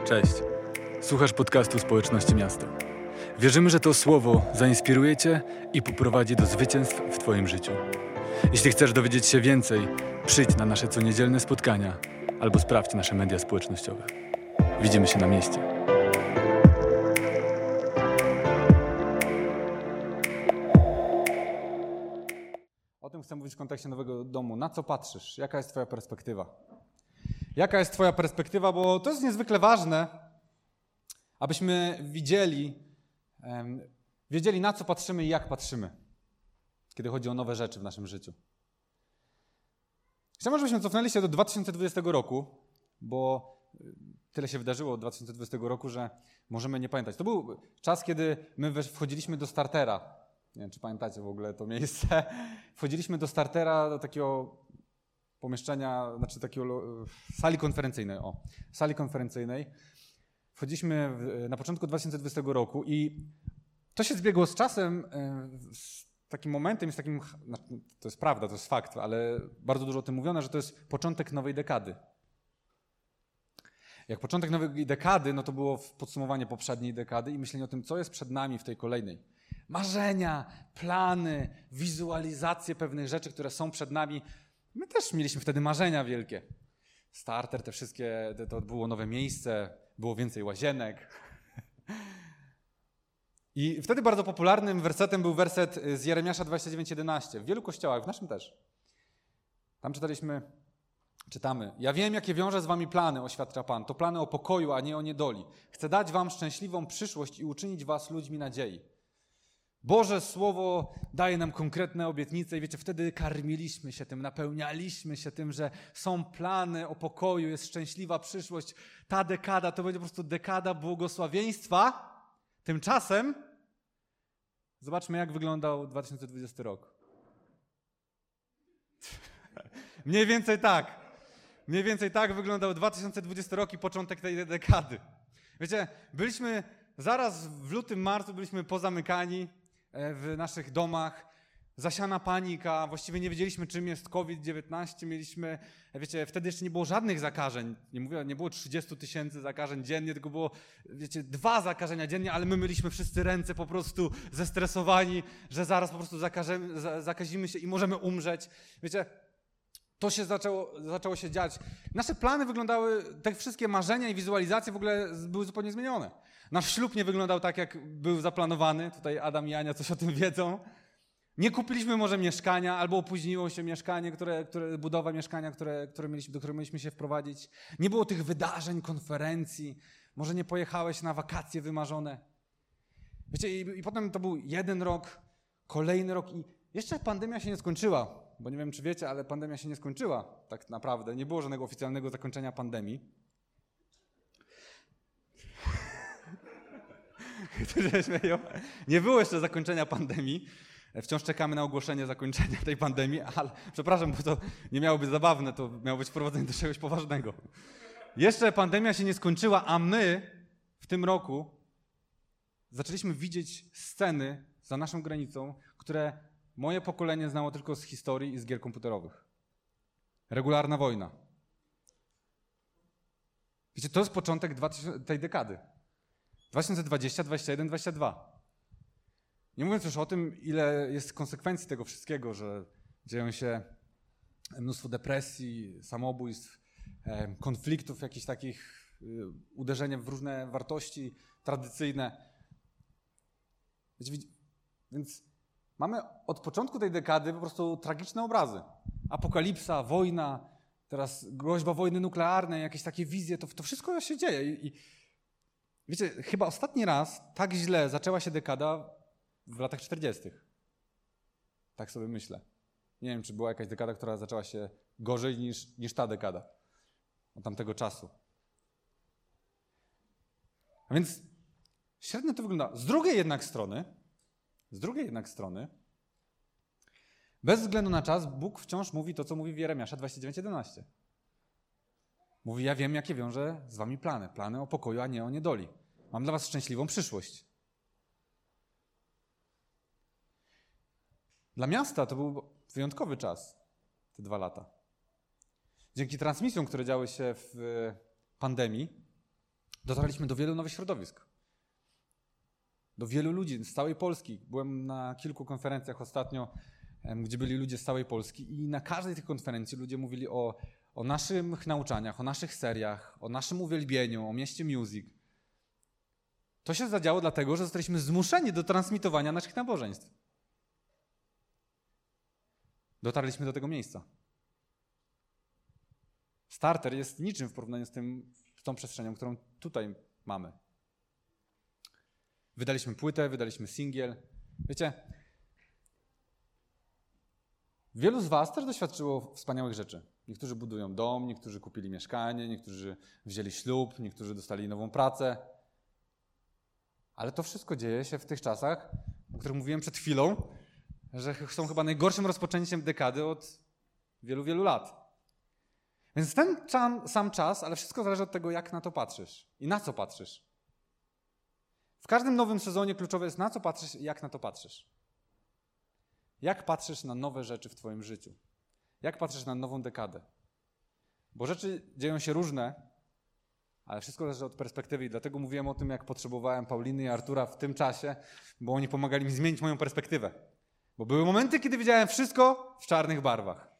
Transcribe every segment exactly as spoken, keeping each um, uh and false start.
Cześć. Słuchasz podcastu Społeczności Miasto. Wierzymy, że to słowo zainspiruje Cię i poprowadzi do zwycięstw w Twoim życiu. Jeśli chcesz dowiedzieć się więcej, przyjdź na nasze coniedzielne spotkania albo sprawdź nasze media społecznościowe. Widzimy się na mieście. O tym chcę mówić w kontekście Nowego Domu. Na co patrzysz? Jaka jest Twoja perspektywa? Jaka jest Twoja perspektywa? Bo to jest niezwykle ważne, abyśmy widzieli, um, wiedzieli, na co patrzymy i jak patrzymy, kiedy chodzi o nowe rzeczy w naszym życiu. Chciałbym, żebyśmy cofnęli się do dwa tysiące dwudziestego roku, bo tyle się wydarzyło od dwa tysiące dwudziestego roku, że możemy nie pamiętać. To był czas, kiedy my wchodziliśmy do startera. Nie wiem, czy pamiętacie w ogóle to miejsce. Wchodziliśmy do startera, do takiego pomieszczenia, znaczy takiego sali konferencyjnej. O, sali konferencyjnej. Wchodziliśmy w, na początku dwa tysiące dwudziestego roku i to się zbiegło z czasem, z takim momentem, z takim, to jest prawda, to jest fakt, ale bardzo dużo o tym mówiono, że to jest początek nowej dekady. Jak początek nowej dekady, no to było podsumowanie poprzedniej dekady i myślenie o tym, co jest przed nami w tej kolejnej. Marzenia, plany, wizualizacje pewnych rzeczy, które są przed nami. My też mieliśmy wtedy marzenia wielkie. Starter, te wszystkie, to było nowe miejsce, było więcej łazienek. I wtedy bardzo popularnym wersetem był werset z Jeremiasza dwadzieścia dziewięć jedenaście. W wielu kościołach, w naszym też. Tam czytaliśmy, czytamy. Ja wiem, jakie wiąże z wami plany, oświadcza Pan. To plany o pokoju, a nie o niedoli. Chcę dać wam szczęśliwą przyszłość i uczynić was ludźmi nadziei. Boże Słowo daje nam konkretne obietnice i wiecie, wtedy karmiliśmy się tym, napełnialiśmy się tym, że są plany o pokoju, jest szczęśliwa przyszłość. Ta dekada to będzie po prostu dekada błogosławieństwa. Tymczasem zobaczmy, jak wyglądał dwa tysiące dwudziesty rok. Mniej więcej tak. Mniej więcej tak wyglądał dwa tysiące dwudziesty rok i początek tej dekady. Wiecie, byliśmy zaraz w lutym, marcu byliśmy pozamykani w naszych domach, zasiana panika, właściwie nie wiedzieliśmy, czym jest COVID dziewiętnaście, mieliśmy, wiecie, wtedy jeszcze nie było żadnych zakażeń, nie mówię, nie było trzydzieści tysięcy zakażeń dziennie, tylko było, wiecie, dwa zakażenia dziennie, ale my myliśmy wszyscy ręce po prostu zestresowani, że zaraz po prostu zakażemy, zakazimy się i możemy umrzeć, wiecie. To się zaczęło, zaczęło się dziać. Nasze plany wyglądały, te wszystkie marzenia i wizualizacje w ogóle były zupełnie zmienione. Nasz ślub nie wyglądał tak, jak był zaplanowany. Tutaj Adam i Ania coś o tym wiedzą. Nie kupiliśmy może mieszkania, albo opóźniło się mieszkanie, które, które, budowa mieszkania, które, które mieliśmy, do którego mieliśmy się wprowadzić. Nie było tych wydarzeń, konferencji. Może nie pojechałeś na wakacje wymarzone. Wiecie, i, i potem to był jeden rok, kolejny rok i jeszcze pandemia się nie skończyła. Bo nie wiem, czy wiecie, ale pandemia się nie skończyła tak naprawdę. Nie było żadnego oficjalnego zakończenia pandemii. Nie było jeszcze zakończenia pandemii. Wciąż czekamy na ogłoszenie zakończenia tej pandemii, ale przepraszam, bo to nie miało być zabawne, to miało być wprowadzenie do czegoś poważnego. Jeszcze pandemia się nie skończyła, a my w tym roku zaczęliśmy widzieć sceny za naszą granicą, które moje pokolenie znało tylko z historii i z gier komputerowych. Regularna wojna. Wiecie, to jest początek tej dekady. dwa tysiące dwudziesty, dwudziesty jeden, dwudziesty drugi. Nie mówiąc już o tym, ile jest konsekwencji tego wszystkiego, że dzieją się mnóstwo depresji, samobójstw, konfliktów, jakichś takich uderzenia w różne wartości tradycyjne. Wiecie, więc mamy od początku tej dekady po prostu tragiczne obrazy. Apokalipsa, wojna, teraz groźba wojny nuklearnej, jakieś takie wizje, to, to wszystko się dzieje. I, i wiecie, chyba ostatni raz tak źle zaczęła się dekada w latach czterdziestych. Tak sobie myślę. Nie wiem, czy była jakaś dekada, która zaczęła się gorzej niż, niż ta dekada od tamtego czasu. A więc średnio to wygląda. Z drugiej jednak strony, Z drugiej jednak strony, bez względu na czas, Bóg wciąż mówi to, co mówi w Jeremiasza dwadzieścia dziewięć jedenaście. Mówi, ja wiem, jakie wiąże z wami plany. Plany o pokoju, a nie o niedoli. Mam dla was szczęśliwą przyszłość. Dla miasta to był wyjątkowy czas, te dwa lata. Dzięki transmisjom, które działy się w pandemii, Dotarliśmy do wielu nowych środowisk. Do wielu ludzi z całej Polski. Byłem na kilku konferencjach ostatnio, gdzie byli ludzie z całej Polski i na każdej z tych konferencji ludzie mówili o, o naszych nauczaniach, o naszych seriach, o naszym uwielbieniu, o mieście Music. To się zadziało dlatego, że zostaliśmy zmuszeni do transmitowania naszych nabożeństw. Dotarliśmy do tego miejsca. Starter jest niczym w porównaniu z, tym, z tą przestrzenią, którą tutaj mamy. Wydaliśmy płytę, wydaliśmy singiel. Wiecie, wielu z was też doświadczyło wspaniałych rzeczy. Niektórzy budują dom, niektórzy kupili mieszkanie, niektórzy wzięli ślub, niektórzy dostali nową pracę. Ale to wszystko dzieje się w tych czasach, o których mówiłem przed chwilą, że są chyba najgorszym rozpoczęciem dekady od wielu, wielu lat. Więc ten sam czas, ale wszystko zależy od tego, jak na to patrzysz i na co patrzysz. W każdym nowym sezonie kluczowe jest, na co patrzysz i jak na to patrzysz. Jak patrzysz na nowe rzeczy w twoim życiu? Jak patrzysz na nową dekadę? Bo rzeczy dzieją się różne, ale wszystko zależy od perspektywy i dlatego mówiłem o tym, jak potrzebowałem Pauliny i Artura w tym czasie, bo oni pomagali mi zmienić moją perspektywę. Bo były momenty, kiedy widziałem wszystko w czarnych barwach.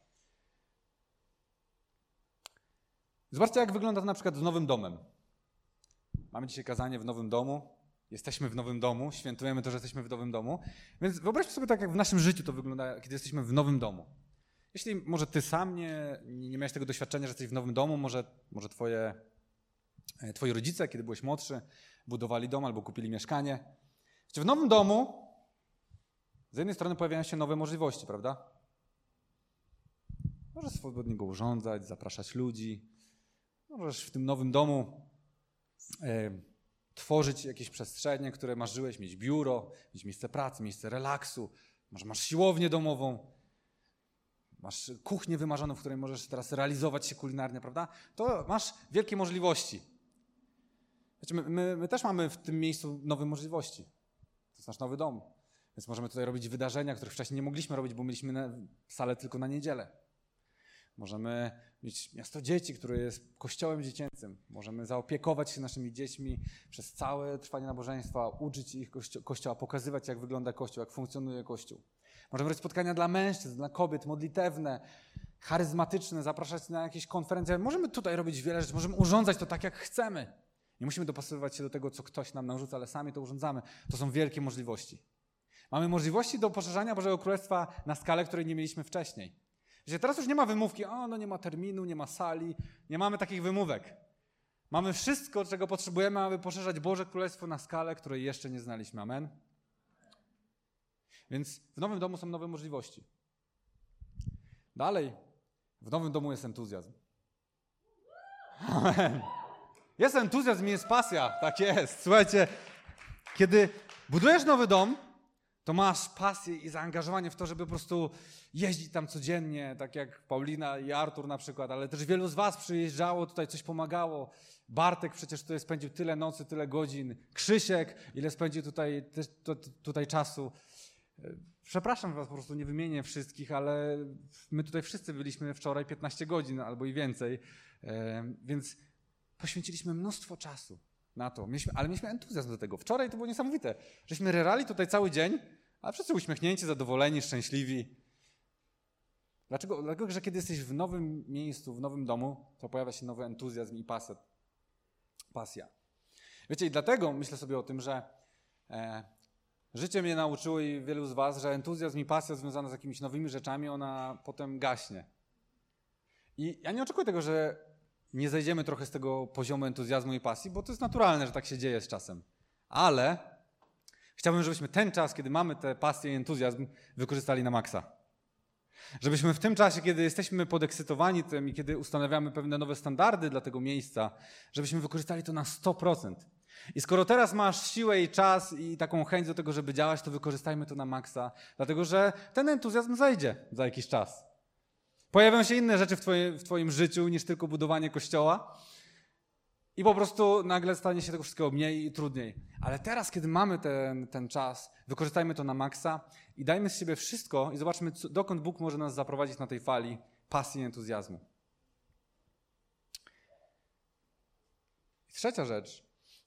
Zobaczcie, jak wygląda to na przykład z nowym domem. Mamy dzisiaj kazanie w nowym domu, jesteśmy w nowym domu, świętujemy to, że jesteśmy w nowym domu. Więc wyobraźmy sobie tak, jak w naszym życiu to wygląda, kiedy jesteśmy w nowym domu. Jeśli może ty sam nie, nie miałeś tego doświadczenia, że jesteś w nowym domu, może, może twoje, twoi rodzice, kiedy byłeś młodszy, budowali dom albo kupili mieszkanie. W nowym domu z jednej strony pojawiają się nowe możliwości, prawda? Możesz swobodnie go urządzać, zapraszać ludzi. Możesz w tym nowym domu e, tworzyć jakieś przestrzenie, które marzyłeś, mieć biuro, mieć miejsce pracy, miejsce relaksu. Może masz siłownię domową, masz kuchnię wymarzoną, w której możesz teraz realizować się kulinarnie, prawda? To masz wielkie możliwości. Wiecie, my, my, my też mamy w tym miejscu nowe możliwości. To jest nasz nowy dom. Więc możemy tutaj robić wydarzenia, których wcześniej nie mogliśmy robić, bo mieliśmy salę tylko na niedzielę. Możemy mieć miasto dzieci, które jest kościołem dziecięcym. Możemy zaopiekować się naszymi dziećmi przez całe trwanie nabożeństwa, uczyć ich kościo- kościoła, pokazywać, jak wygląda kościół, jak funkcjonuje kościół. Możemy robić spotkania dla mężczyzn, dla kobiet, modlitewne, charyzmatyczne, zapraszać na jakieś konferencje. Możemy tutaj robić wiele rzeczy, możemy urządzać to tak, jak chcemy. Nie musimy dopasowywać się do tego, co ktoś nam narzuca, ale sami to urządzamy. To są wielkie możliwości. Mamy możliwości do poszerzania Bożego Królestwa na skalę, której nie mieliśmy wcześniej. Wiecie, teraz już nie ma wymówki, o, no nie ma terminu, nie ma sali, nie mamy takich wymówek. Mamy wszystko, czego potrzebujemy, aby poszerzać Boże Królestwo na skalę, której jeszcze nie znaliśmy. Amen? Więc w nowym domu są nowe możliwości. Dalej, w nowym domu jest entuzjazm. Amen. Jest entuzjazm i jest pasja, tak jest. Słuchajcie, kiedy budujesz nowy dom, to masz pasję i zaangażowanie w to, żeby po prostu jeździć tam codziennie, tak jak Paulina i Artur na przykład, ale też wielu z was przyjeżdżało, tutaj coś pomagało. Bartek przecież tutaj spędził tyle nocy, tyle godzin. Krzysiek, ile spędził tutaj, tutaj czasu. Przepraszam was, po prostu nie wymienię wszystkich, ale my tutaj wszyscy byliśmy wczoraj piętnaście godzin albo i więcej, więc poświęciliśmy mnóstwo czasu na to, mieliśmy, ale mieliśmy entuzjazm do tego. Wczoraj to było niesamowite, żeśmy rerali tutaj cały dzień, a wszyscy uśmiechnięci, zadowoleni, szczęśliwi. Dlaczego? Dlatego, że kiedy jesteś w nowym miejscu, w nowym domu, to pojawia się nowy entuzjazm i pasja. pasja. Wiecie, i dlatego myślę sobie o tym, że e, życie mnie nauczyło i wielu z was, że entuzjazm i pasja związana z jakimiś nowymi rzeczami, ona potem gaśnie. I ja nie oczekuję tego, że nie zejdziemy trochę z tego poziomu entuzjazmu i pasji, bo to jest naturalne, że tak się dzieje z czasem. Ale chciałbym, żebyśmy ten czas, kiedy mamy tę pasję i entuzjazm, wykorzystali na maksa. Żebyśmy w tym czasie, kiedy jesteśmy podekscytowani tym i kiedy ustanawiamy pewne nowe standardy dla tego miejsca, żebyśmy wykorzystali to na sto procent. I skoro teraz masz siłę i czas i taką chęć do tego, żeby działać, to wykorzystajmy to na maksa, dlatego że ten entuzjazm zajdzie za jakiś czas. Pojawią się inne rzeczy w twoim, w twoim życiu niż tylko budowanie kościoła i po prostu nagle stanie się tego wszystkiego mniej i trudniej. Ale teraz, kiedy mamy ten, ten czas, wykorzystajmy to na maksa i dajmy z siebie wszystko i zobaczmy, co, dokąd Bóg może nas zaprowadzić na tej fali pasji i entuzjazmu. I trzecia rzecz,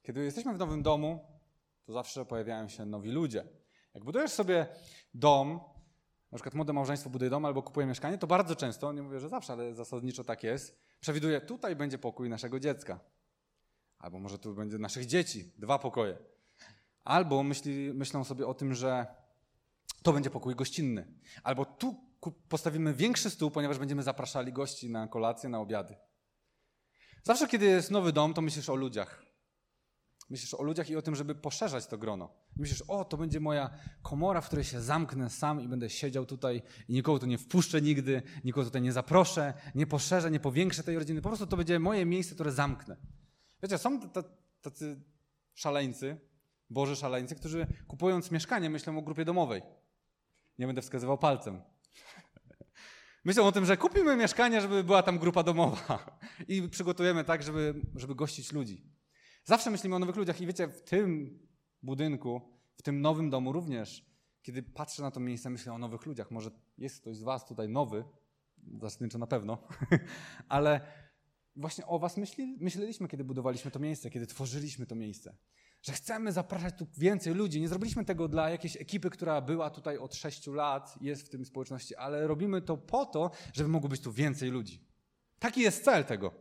Kiedy jesteśmy w nowym domu, to zawsze pojawiają się nowi ludzie. Jak budujesz sobie dom, na przykład młode małżeństwo buduje dom albo kupuje mieszkanie, to bardzo często, nie mówię, że zawsze, ale zasadniczo tak jest, przewiduje, tutaj będzie pokój naszego dziecka. Albo może tu będzie naszych dzieci, dwa pokoje. Albo myśli, myślą sobie o tym, że to będzie pokój gościnny. Albo tu postawimy większy stół, ponieważ będziemy zapraszali gości na kolację, na obiady. Zawsze, kiedy jest nowy dom, to myślisz o ludziach. Myślisz o ludziach i o tym, żeby poszerzać to grono. Myślisz, o, to będzie moja komora, w której się zamknę sam i będę siedział tutaj i nikogo tu nie wpuszczę nigdy, nikogo tutaj nie zaproszę, nie poszerzę, nie powiększę tej rodziny. Po prostu to będzie moje miejsce, które zamknę. Wiecie, są tacy szaleńcy, boży szaleńcy, którzy kupując mieszkanie myślą o grupie domowej. Nie będę wskazywał palcem. Myślą o tym, że kupimy mieszkanie, żeby była tam grupa domowa i przygotujemy tak, żeby, żeby gościć ludzi. Zawsze myślimy o nowych ludziach i wiecie, w tym budynku, w tym nowym domu również, kiedy patrzę na to miejsce, myślę o nowych ludziach. Może jest ktoś z was tutaj nowy, zasadniczo na pewno, ale właśnie o was myśli, myśleliśmy, kiedy budowaliśmy to miejsce, kiedy tworzyliśmy to miejsce. Że chcemy zapraszać tu więcej ludzi. Nie zrobiliśmy tego dla jakiejś ekipy, która była tutaj od sześciu lat, jest w tym społeczności, ale robimy to po to, żeby mogło być tu więcej ludzi. Taki jest cel tego.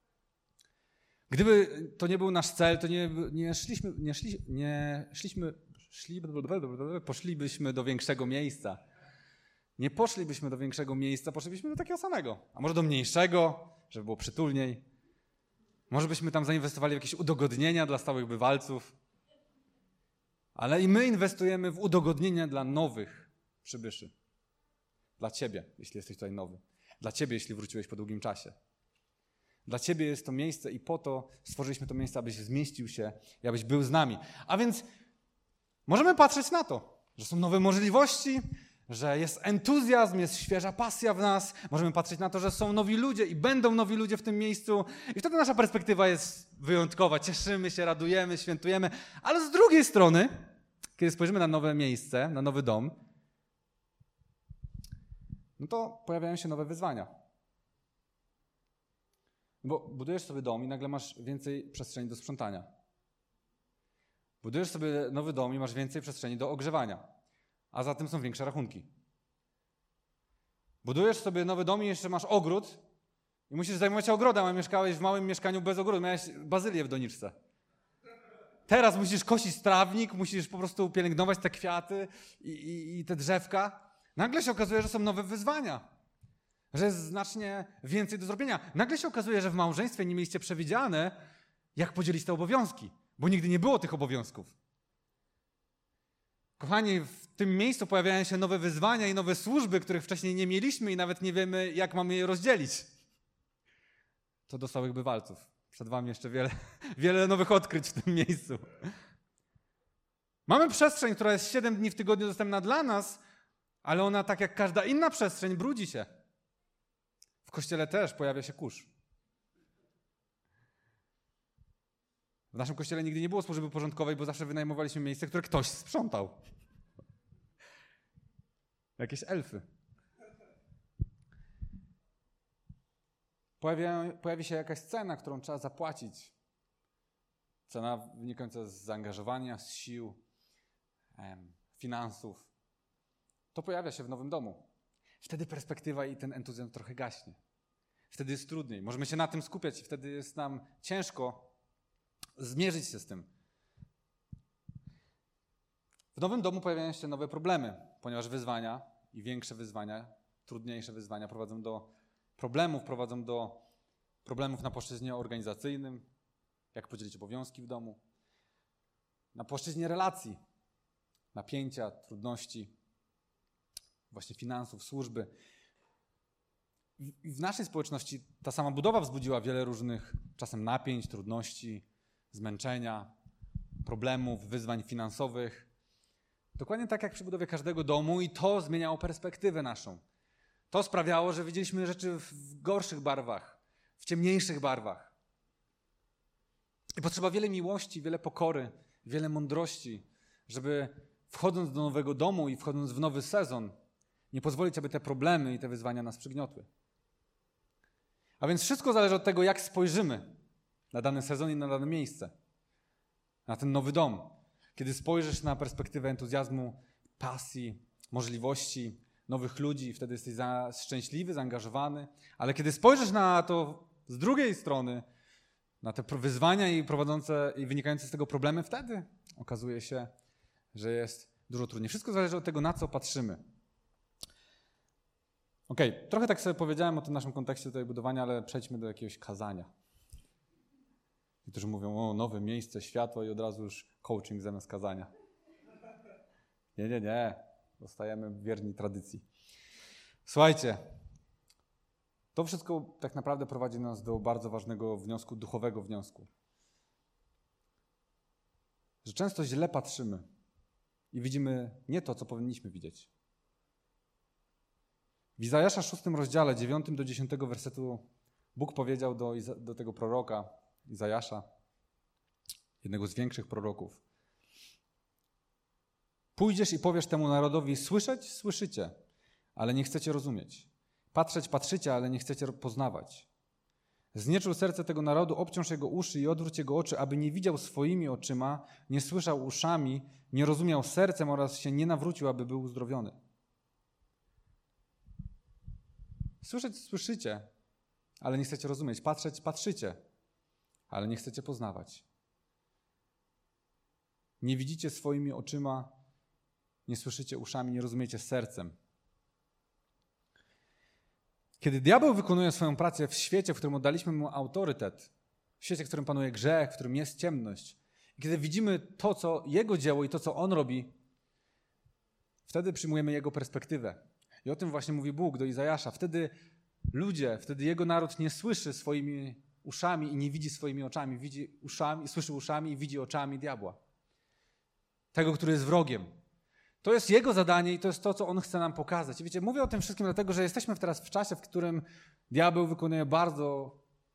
Gdyby to nie był nasz cel, to nie, nie szliśmy, nie szli, nie szliśmy, szli, poszlibyśmy do większego miejsca. Nie poszlibyśmy do większego miejsca, poszlibyśmy do takiego samego. A może do mniejszego, żeby było przytulniej. Może byśmy tam zainwestowali w jakieś udogodnienia dla stałych bywalców. Ale i my inwestujemy w udogodnienia dla nowych przybyszy. Dla ciebie, jeśli jesteś tutaj nowy. Dla ciebie, jeśli wróciłeś po długim czasie. Dla ciebie jest to miejsce i po to stworzyliśmy to miejsce, abyś zmieścił się i abyś był z nami. A więc możemy patrzeć na to, że są nowe możliwości, że jest entuzjazm, jest świeża pasja w nas. Możemy patrzeć na to, że są nowi ludzie i będą nowi ludzie w tym miejscu. I wtedy nasza perspektywa jest wyjątkowa. Cieszymy się, radujemy, świętujemy. Ale z drugiej strony, kiedy spojrzymy na nowe miejsce, na nowy dom, no to pojawiają się nowe wyzwania. Bo budujesz sobie dom i nagle masz więcej przestrzeni do sprzątania. Budujesz sobie nowy dom i masz więcej przestrzeni do ogrzewania. A za tym są większe rachunki. Budujesz sobie nowy dom i jeszcze masz ogród i musisz zajmować się ogrodem, a mieszkałeś w małym mieszkaniu bez ogrodu. Miałeś bazylię w doniczce. Teraz musisz kosić trawnik, musisz po prostu pielęgnować te kwiaty i, i, i te drzewka. Nagle się okazuje, że są nowe wyzwania. Że jest znacznie więcej do zrobienia. Nagle się okazuje, że w małżeństwie nie mieliście przewidziane, jak podzielić te obowiązki, bo nigdy nie było tych obowiązków. Kochani, w tym miejscu pojawiają się nowe wyzwania i nowe służby, których wcześniej nie mieliśmy i nawet nie wiemy, jak mamy je rozdzielić. To do stałych bywalców. Przed wami jeszcze wiele, wiele nowych odkryć w tym miejscu. Mamy przestrzeń, która jest siedem dni w tygodniu dostępna dla nas, ale ona, tak jak każda inna przestrzeń, brudzi się. W kościele też pojawia się kurz. W naszym kościele nigdy nie było służby porządkowej, bo zawsze wynajmowaliśmy miejsce, które ktoś sprzątał. Jakieś elfy. Pojawia, pojawi się jakaś cena, którą trzeba zapłacić. Cena wynikająca z zaangażowania, z sił, em, finansów. To pojawia się w nowym domu. Wtedy perspektywa i ten entuzjazm trochę gaśnie. Wtedy jest trudniej. Możemy się na tym skupiać i wtedy jest nam ciężko zmierzyć się z tym. W nowym domu pojawiają się nowe problemy, ponieważ wyzwania i większe wyzwania, trudniejsze wyzwania prowadzą do problemów, prowadzą do problemów na płaszczyźnie organizacyjnym, jak podzielić obowiązki w domu, na płaszczyźnie relacji, napięcia, trudności, właśnie finansów, służby. W naszej społeczności ta sama budowa wzbudziła wiele różnych czasem napięć, trudności, zmęczenia, problemów, wyzwań finansowych. Dokładnie tak jak przy budowie każdego domu i to zmieniało perspektywę naszą. To sprawiało, że widzieliśmy rzeczy w gorszych barwach, w ciemniejszych barwach. I potrzeba wiele miłości, wiele pokory, wiele mądrości, żeby wchodząc do nowego domu i wchodząc w nowy sezon, nie pozwolić, aby te problemy i te wyzwania nas przygniotły. A więc wszystko zależy od tego, jak spojrzymy na dany sezon i na dane miejsce. na ten nowy dom. Kiedy spojrzysz na perspektywę entuzjazmu, pasji, możliwości, nowych ludzi, wtedy jesteś za, szczęśliwy, zaangażowany. Ale kiedy spojrzysz na to z drugiej strony, na te wyzwania i prowadzące i wynikające z tego problemy, wtedy okazuje się, że jest dużo trudniej. Wszystko zależy od tego, na co patrzymy. Okej, okay, trochę tak sobie powiedziałem o tym naszym kontekście tutaj budowania, ale przejdźmy do jakiegoś kazania. Niektórzy mówią, o, nowe miejsce, światło i od razu już coaching zamiast kazania. Nie, nie, nie. Zostajemy wierni tradycji. Słuchajcie, to wszystko tak naprawdę prowadzi nas do bardzo ważnego wniosku, duchowego wniosku. Że często źle patrzymy i widzimy nie to, co powinniśmy widzieć. W Izajasza szóstym rozdziale, dziewiątym do dziesiątego wersetu Bóg powiedział do, do tego proroka, Izajasza, jednego z większych proroków. Pójdziesz i powiesz temu narodowi, słyszeć, słyszycie, ale nie chcecie rozumieć. Patrzeć, patrzycie, ale nie chcecie poznawać. Znieczuł serce tego narodu, obciąż jego uszy i odwróć jego oczy, aby nie widział swoimi oczyma, nie słyszał uszami, nie rozumiał sercem oraz się nie nawrócił, aby był uzdrowiony. Słyszeć, słyszycie, ale nie chcecie rozumieć. Patrzeć, patrzycie, ale nie chcecie poznawać. Nie widzicie swoimi oczyma, nie słyszycie uszami, nie rozumiecie sercem. Kiedy diabeł wykonuje swoją pracę w świecie, w którym oddaliśmy mu autorytet, w świecie, w którym panuje grzech, w którym jest ciemność, i kiedy widzimy to, co jego dzieło i to, co on robi, wtedy przyjmujemy jego perspektywę. I o tym właśnie mówi Bóg do Izajasza. Wtedy ludzie, wtedy jego naród nie słyszy swoimi uszami i nie widzi swoimi oczami. Widzi uszami, słyszy uszami i widzi oczami diabła. Tego, który jest wrogiem. To jest jego zadanie i to jest to, co on chce nam pokazać. I wiecie, mówię o tym wszystkim dlatego, że jesteśmy teraz w czasie, w którym diabeł wykonuje bardzo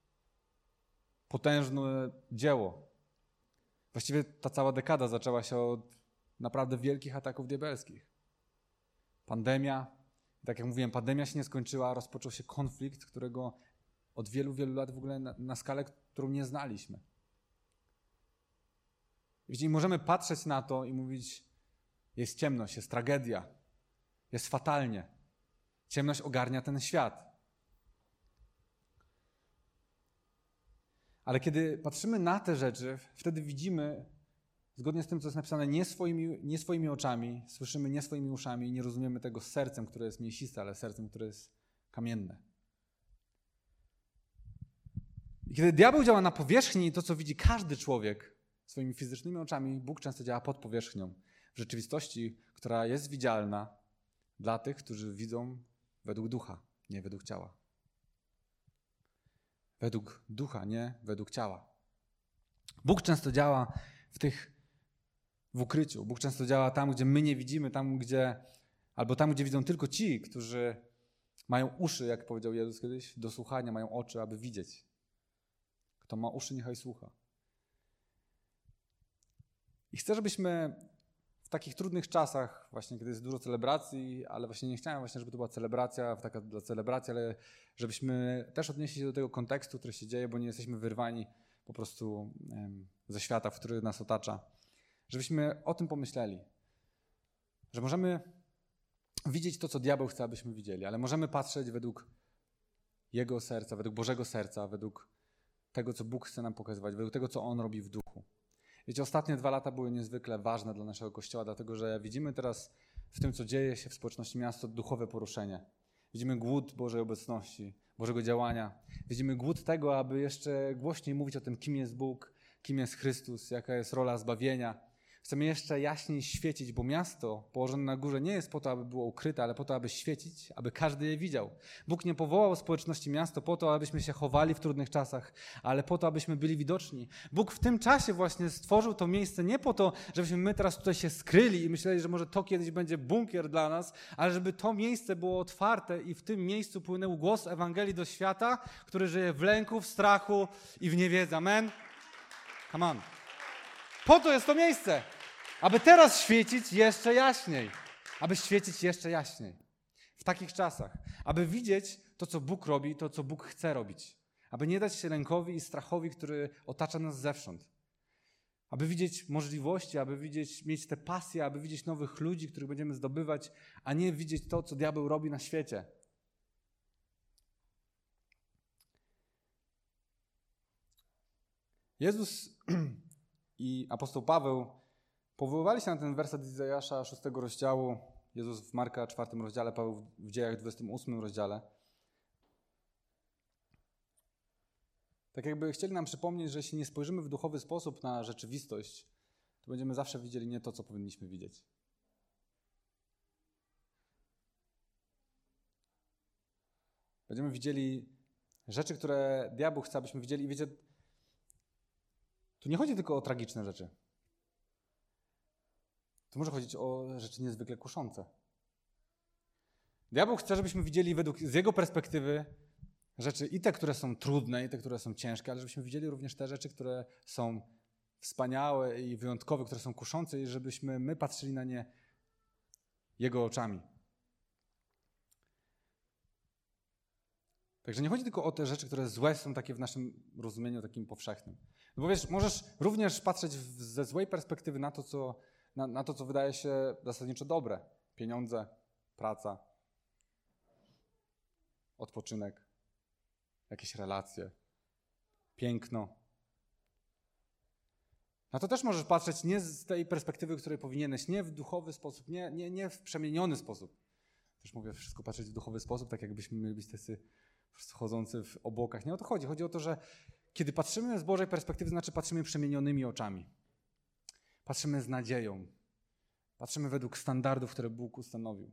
potężne dzieło. Właściwie ta cała dekada zaczęła się od naprawdę wielkich ataków diabelskich. Pandemia, tak jak mówiłem, pandemia się nie skończyła, rozpoczął się konflikt, którego od wielu, wielu lat w ogóle na, na skalę, którą nie znaliśmy. Wiecie, i możemy patrzeć na to i mówić, jest ciemność, jest tragedia, jest fatalnie. Ciemność ogarnia ten świat. Ale kiedy patrzymy na te rzeczy, wtedy widzimy, zgodnie z tym, co jest napisane, nie swoimi, nie swoimi oczami, słyszymy nie swoimi uszami i nie rozumiemy tego sercem, które jest mięsiste, ale sercem, które jest kamienne. I kiedy diabeł działa na powierzchni, to co widzi każdy człowiek swoimi fizycznymi oczami, Bóg często działa pod powierzchnią. W rzeczywistości, która jest widzialna dla tych, którzy widzą według ducha, nie według ciała. Według ducha, nie według ciała. Bóg często działa w tych, w ukryciu. Bóg często działa tam, gdzie my nie widzimy, tam, gdzie, albo tam, gdzie widzą tylko ci, którzy mają uszy, jak powiedział Jezus kiedyś, do słuchania, mają oczy, aby widzieć. Kto ma uszy, niechaj słucha. I chcę, żebyśmy w takich trudnych czasach, właśnie kiedy jest dużo celebracji, ale właśnie nie chciałem właśnie, żeby to była celebracja, taka dla celebracji, ale żebyśmy też odnieśli się do tego kontekstu, który się dzieje, bo nie jesteśmy wyrwani po prostu ze świata, w który nas otacza. Żebyśmy o tym pomyśleli, że możemy widzieć to, co diabeł chce, abyśmy widzieli, ale możemy patrzeć według jego serca, według Bożego serca, według tego, co Bóg chce nam pokazywać, według tego, co On robi w duchu. Wiecie, ostatnie dwa lata były niezwykle ważne dla naszego Kościoła, dlatego że widzimy teraz w tym, co dzieje się w społeczności miasta, duchowe poruszenie. Widzimy głód Bożej obecności, Bożego działania. Widzimy głód tego, aby jeszcze głośniej mówić o tym, kim jest Bóg, kim jest Chrystus, jaka jest rola zbawienia. Chcemy jeszcze jaśniej świecić, bo miasto położone na górze nie jest po to, aby było ukryte, ale po to, aby świecić, aby każdy je widział. Bóg nie powołał społeczności miasto po to, abyśmy się chowali w trudnych czasach, ale po to, abyśmy byli widoczni. Bóg w tym czasie właśnie stworzył to miejsce nie po to, żebyśmy my teraz tutaj się skryli i myśleli, że może to kiedyś będzie bunkier dla nas, ale żeby to miejsce było otwarte i w tym miejscu płynął głos Ewangelii do świata, który żyje w lęku, w strachu i w niewiedzy. Amen? Come on. Po to jest to miejsce, aby teraz świecić jeszcze jaśniej, aby świecić jeszcze jaśniej w takich czasach, aby widzieć to, co Bóg robi, to, co Bóg chce robić, aby nie dać się lękowi i strachowi, który otacza nas zewsząd. Aby widzieć możliwości, aby widzieć, mieć te pasje, aby widzieć nowych ludzi, których będziemy zdobywać, a nie widzieć to, co diabeł robi na świecie. Jezus i apostoł Paweł powoływali się na ten werset z Izajasza szóstego rozdziału, Jezus w Marka czwartym rozdziale, Paweł w Dziejach dwudziestym ósmym rozdziale. Tak jakby chcieli nam przypomnieć, że jeśli nie spojrzymy w duchowy sposób na rzeczywistość, to będziemy zawsze widzieli nie to, co powinniśmy widzieć. Będziemy widzieli rzeczy, które diabeł chce, abyśmy widzieli. I wiecie, tu nie chodzi tylko o tragiczne rzeczy. Tu może chodzić o rzeczy niezwykle kuszące. Diabeł chce, żebyśmy widzieli według, z jego perspektywy rzeczy i te, które są trudne, i te, które są ciężkie, ale żebyśmy widzieli również te rzeczy, które są wspaniałe i wyjątkowe, które są kuszące i żebyśmy my patrzyli na nie jego oczami. Także nie chodzi tylko o te rzeczy, które złe są takie w naszym rozumieniu takim powszechnym. No bo wiesz, możesz również patrzeć w, ze złej perspektywy na to, co, na, na to, co wydaje się zasadniczo dobre. Pieniądze, praca, odpoczynek, jakieś relacje, piękno. Na to też możesz patrzeć nie z tej perspektywy, której powinieneś, nie w duchowy sposób, nie, nie, nie w przemieniony sposób. Też mówię, wszystko patrzeć w duchowy sposób, tak jakbyśmy mieli być tacy chodzący w obłokach. Nie o to chodzi. Chodzi o to, że kiedy patrzymy z Bożej perspektywy, znaczy patrzymy przemienionymi oczami. Patrzymy z nadzieją. Patrzymy według standardów, które Bóg ustanowił.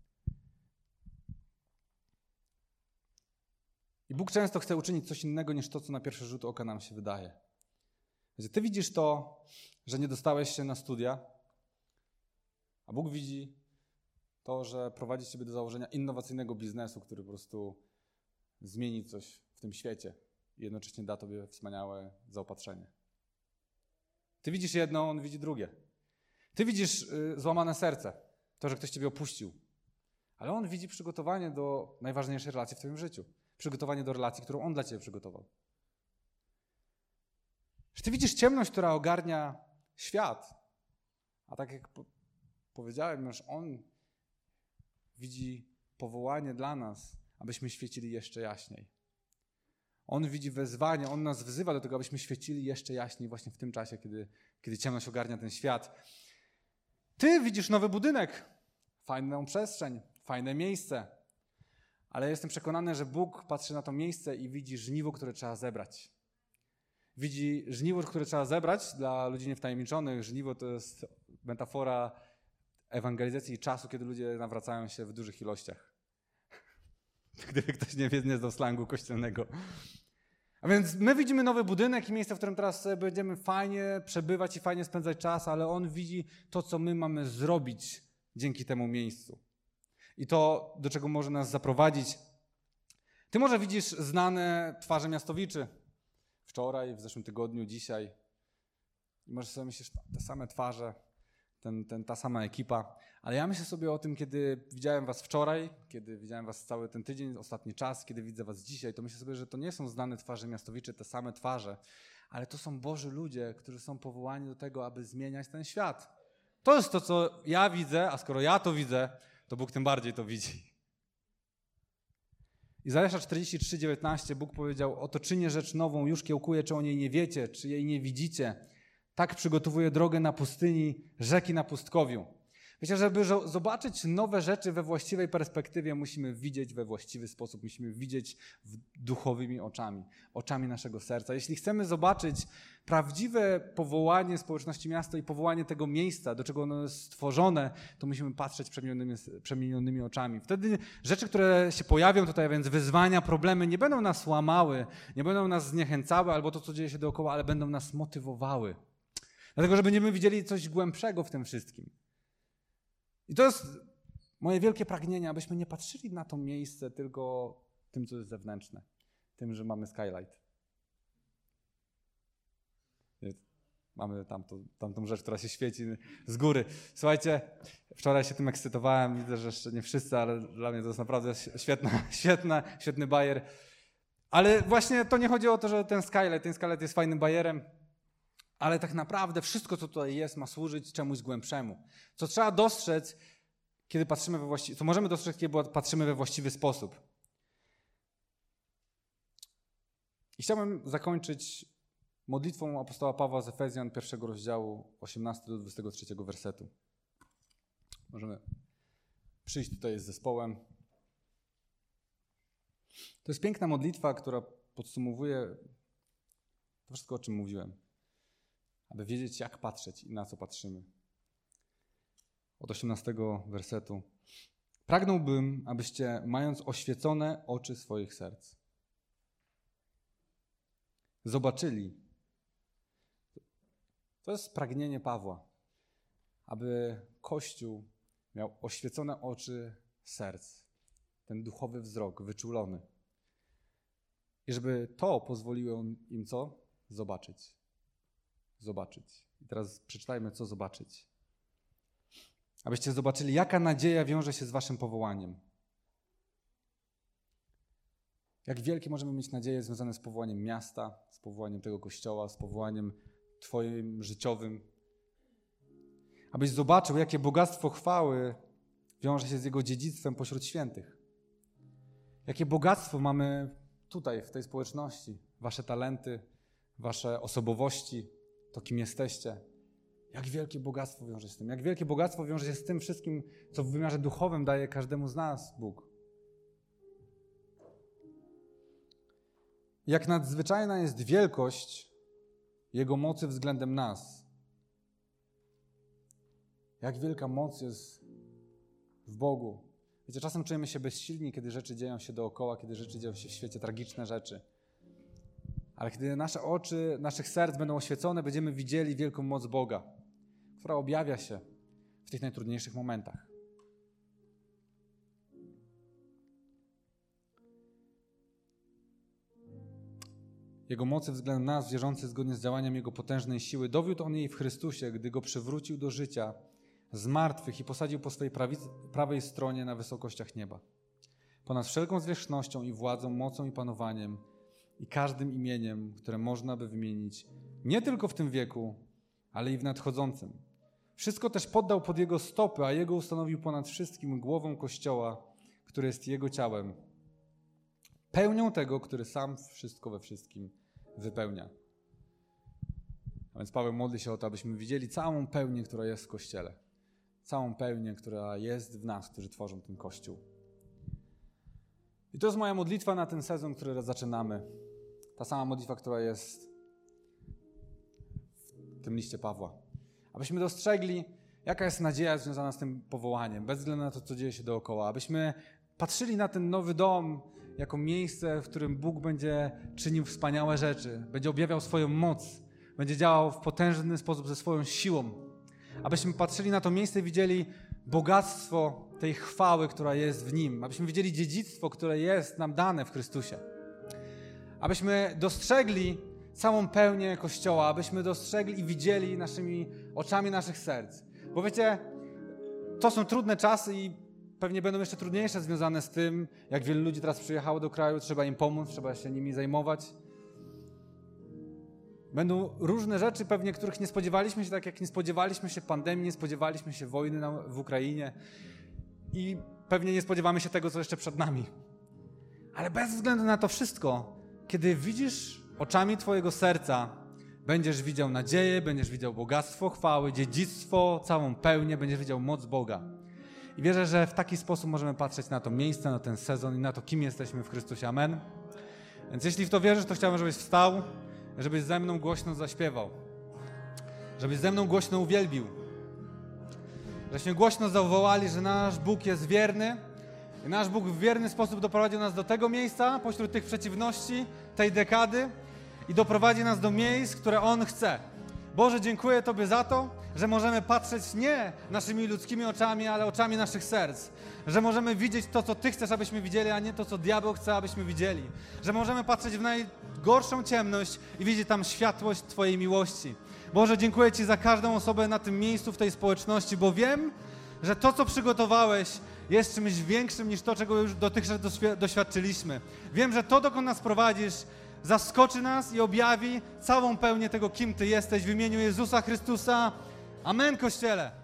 I Bóg często chce uczynić coś innego niż to, co na pierwszy rzut oka nam się wydaje. Ty widzisz to, że nie dostałeś się na studia, a Bóg widzi to, że prowadzi ciebie do założenia innowacyjnego biznesu, który po prostu zmieni coś w tym świecie i jednocześnie da tobie wspaniałe zaopatrzenie. Ty widzisz jedno, on widzi drugie. Ty widzisz y, złamane serce, to, że ktoś ciebie opuścił, ale on widzi przygotowanie do najważniejszej relacji w twoim życiu. Przygotowanie do relacji, którą on dla ciebie przygotował. Że ty widzisz ciemność, która ogarnia świat, a tak jak po- powiedziałem, że on widzi powołanie dla nas, abyśmy świecili jeszcze jaśniej. On widzi wezwanie, on nas wzywa do tego, abyśmy świecili jeszcze jaśniej właśnie w tym czasie, kiedy, kiedy ciemność ogarnia ten świat. Ty widzisz nowy budynek, fajną przestrzeń, fajne miejsce, ale jestem przekonany, że Bóg patrzy na to miejsce i widzi żniwo, które trzeba zebrać. Widzi żniwo, które trzeba zebrać dla ludzi niewtajemniczonych. Żniwo to jest metafora ewangelizacji czasu, kiedy ludzie nawracają się w dużych ilościach. Gdyby ktoś nie, wie, nie znał slangu kościelnego. A więc my widzimy nowy budynek i miejsce, w którym teraz będziemy fajnie przebywać i fajnie spędzać czas, ale on widzi to, co my mamy zrobić dzięki temu miejscu. I to, do czego może nas zaprowadzić. Ty może widzisz znane twarze miastowiczy. Wczoraj, w zeszłym tygodniu, dzisiaj. I może sobie myślisz, te same twarze, ten, ten, ta sama ekipa. Ale ja myślę sobie o tym, kiedy widziałem was wczoraj, kiedy widziałem was cały ten tydzień, ostatni czas, kiedy widzę was dzisiaj, to myślę sobie, że to nie są znane twarze miastowicze, te same twarze, ale to są Boży ludzie, którzy są powołani do tego, aby zmieniać ten świat. To jest to, co ja widzę, a skoro ja to widzę, to Bóg tym bardziej to widzi. Izajasza czterdzieści trzy, dziewiętnaście Bóg powiedział: oto czynię rzecz nową, już kiełkuję, czy o niej nie wiecie, czy jej nie widzicie. Tak przygotowuję drogę na pustyni, rzeki na pustkowiu. Wiecie, żeby zobaczyć nowe rzeczy we właściwej perspektywie, musimy widzieć we właściwy sposób, musimy widzieć duchowymi oczami, oczami naszego serca. Jeśli chcemy zobaczyć prawdziwe powołanie społeczności miasta i powołanie tego miejsca, do czego ono jest stworzone, to musimy patrzeć przemienionymi, przemienionymi oczami. Wtedy rzeczy, które się pojawią tutaj, więc wyzwania, problemy, nie będą nas łamały, nie będą nas zniechęcały albo to, co dzieje się dookoła, ale będą nas motywowały. Dlatego, że będziemy widzieli coś głębszego w tym wszystkim. I to jest moje wielkie pragnienie, abyśmy nie patrzyli na to miejsce tylko tym, co jest zewnętrzne. Tym, że mamy skylight. Mamy tamtą, tamtą rzecz, która się świeci z góry. Słuchajcie, wczoraj się tym ekscytowałem. Widzę, że jeszcze nie wszyscy, ale dla mnie to jest naprawdę świetna, świetna, świetny bajer. Ale właśnie to nie chodzi o to, że ten skylight, ten skylight jest fajnym bajerem, Ale tak naprawdę wszystko, co tutaj jest, ma służyć czemuś głębszemu. Co trzeba dostrzec, kiedy patrzymy we właściwy, co możemy dostrzec, kiedy patrzymy we właściwy sposób. I chciałbym zakończyć modlitwą apostoła Pawła z Efezjan pierwszego rozdziału, osiemnastego do dwudziestego trzeciego wersetu. Możemy przyjść tutaj z zespołem. To jest piękna modlitwa, która podsumowuje to wszystko, o czym mówiłem. Aby wiedzieć, jak patrzeć i na co patrzymy. Od osiemnastego wersetu. Pragnąłbym, abyście, mając oświecone oczy swoich serc, zobaczyli. To jest pragnienie Pawła, aby Kościół miał oświecone oczy serc, ten duchowy wzrok wyczulony. I żeby to pozwoliło im co? Zobaczyć. Zobaczyć. I teraz przeczytajmy, co zobaczyć. Abyście zobaczyli, jaka nadzieja wiąże się z waszym powołaniem. Jak wielkie możemy mieć nadzieje związane z powołaniem miasta, z powołaniem tego Kościoła, z powołaniem twoim życiowym. Abyś zobaczył, jakie bogactwo chwały wiąże się z Jego dziedzictwem pośród świętych. Jakie bogactwo mamy tutaj, w tej społeczności. Wasze talenty, wasze osobowości, to kim jesteście. Jak wielkie bogactwo wiąże się z tym. Jak wielkie bogactwo wiąże się z tym wszystkim, co w wymiarze duchowym daje każdemu z nas Bóg. Jak nadzwyczajna jest wielkość Jego mocy względem nas. Jak wielka moc jest w Bogu. Wiecie, czasem czujemy się bezsilni, kiedy rzeczy dzieją się dookoła, kiedy rzeczy dzieją się w świecie, tragiczne rzeczy. Ale kiedy nasze oczy, naszych serc będą oświecone, będziemy widzieli wielką moc Boga, która objawia się w tych najtrudniejszych momentach. Jego mocy względem nas, wierzący zgodnie z działaniem Jego potężnej siły, dowiódł On jej w Chrystusie, gdy Go przywrócił do życia z martwych i posadził po swojej prawicy, prawej stronie na wysokościach nieba. Ponad wszelką zwierzchnością i władzą, mocą i panowaniem i każdym imieniem, które można by wymienić, nie tylko w tym wieku, ale i w nadchodzącym. Wszystko też poddał pod Jego stopy, a Jego ustanowił ponad wszystkim głową Kościoła, który jest Jego ciałem. Pełnią tego, który sam wszystko we wszystkim wypełnia. A więc Paweł modli się o to, abyśmy widzieli całą pełnię, która jest w Kościele. Całą pełnię, która jest w nas, którzy tworzą ten Kościół. I to jest moja modlitwa na ten sezon, który zaczynamy. Ta sama modlitwa, która jest w tym liście Pawła. Abyśmy dostrzegli, jaka jest nadzieja związana z tym powołaniem, bez względu na to, co dzieje się dookoła. Abyśmy patrzyli na ten nowy dom jako miejsce, w którym Bóg będzie czynił wspaniałe rzeczy, będzie objawiał swoją moc, będzie działał w potężny sposób ze swoją siłą. Abyśmy patrzyli na to miejsce i widzieli bogactwo tej chwały, która jest w Nim. Abyśmy widzieli dziedzictwo, które jest nam dane w Chrystusie. Abyśmy dostrzegli całą pełnię Kościoła, abyśmy dostrzegli i widzieli naszymi oczami naszych serc. Bo wiecie, to są trudne czasy i pewnie będą jeszcze trudniejsze związane z tym, jak wielu ludzi teraz przyjechało do kraju, trzeba im pomóc, trzeba się nimi zajmować. Będą różne rzeczy pewnie, których nie spodziewaliśmy się, tak jak nie spodziewaliśmy się pandemii, nie spodziewaliśmy się wojny na, w Ukrainie i pewnie nie spodziewamy się tego, co jeszcze przed nami. Ale bez względu na to wszystko, kiedy widzisz oczami twojego serca, będziesz widział nadzieję, będziesz widział bogactwo chwały, dziedzictwo, całą pełnię, będziesz widział moc Boga. I wierzę, że w taki sposób możemy patrzeć na to miejsce, na ten sezon i na to, kim jesteśmy w Chrystusie. Amen. Więc jeśli w to wierzysz, to chciałbym, żebyś wstał, żebyś ze mną głośno zaśpiewał, żebyś ze mną głośno uwielbił, żebyśmy głośno zawołali, że nasz Bóg jest wierny i nasz Bóg w wierny sposób doprowadził nas do tego miejsca, pośród tych przeciwności, tej dekady i doprowadzi nas do miejsc, które On chce. Boże, dziękuję Tobie za to, że możemy patrzeć nie naszymi ludzkimi oczami, ale oczami naszych serc. Że możemy widzieć to, co Ty chcesz, abyśmy widzieli, a nie to, co diabeł chce, abyśmy widzieli. Że możemy patrzeć w najgorszą ciemność i widzieć tam światłość Twojej miłości. Boże, dziękuję Ci za każdą osobę na tym miejscu, w tej społeczności, bo wiem, że to, co przygotowałeś, jest czymś większym niż to, czego już dotychczas doświadczyliśmy. Wiem, że to, dokąd nas prowadzisz, zaskoczy nas i objawi całą pełnię tego, kim Ty jesteś w imieniu Jezusa Chrystusa. Amen, Kościele!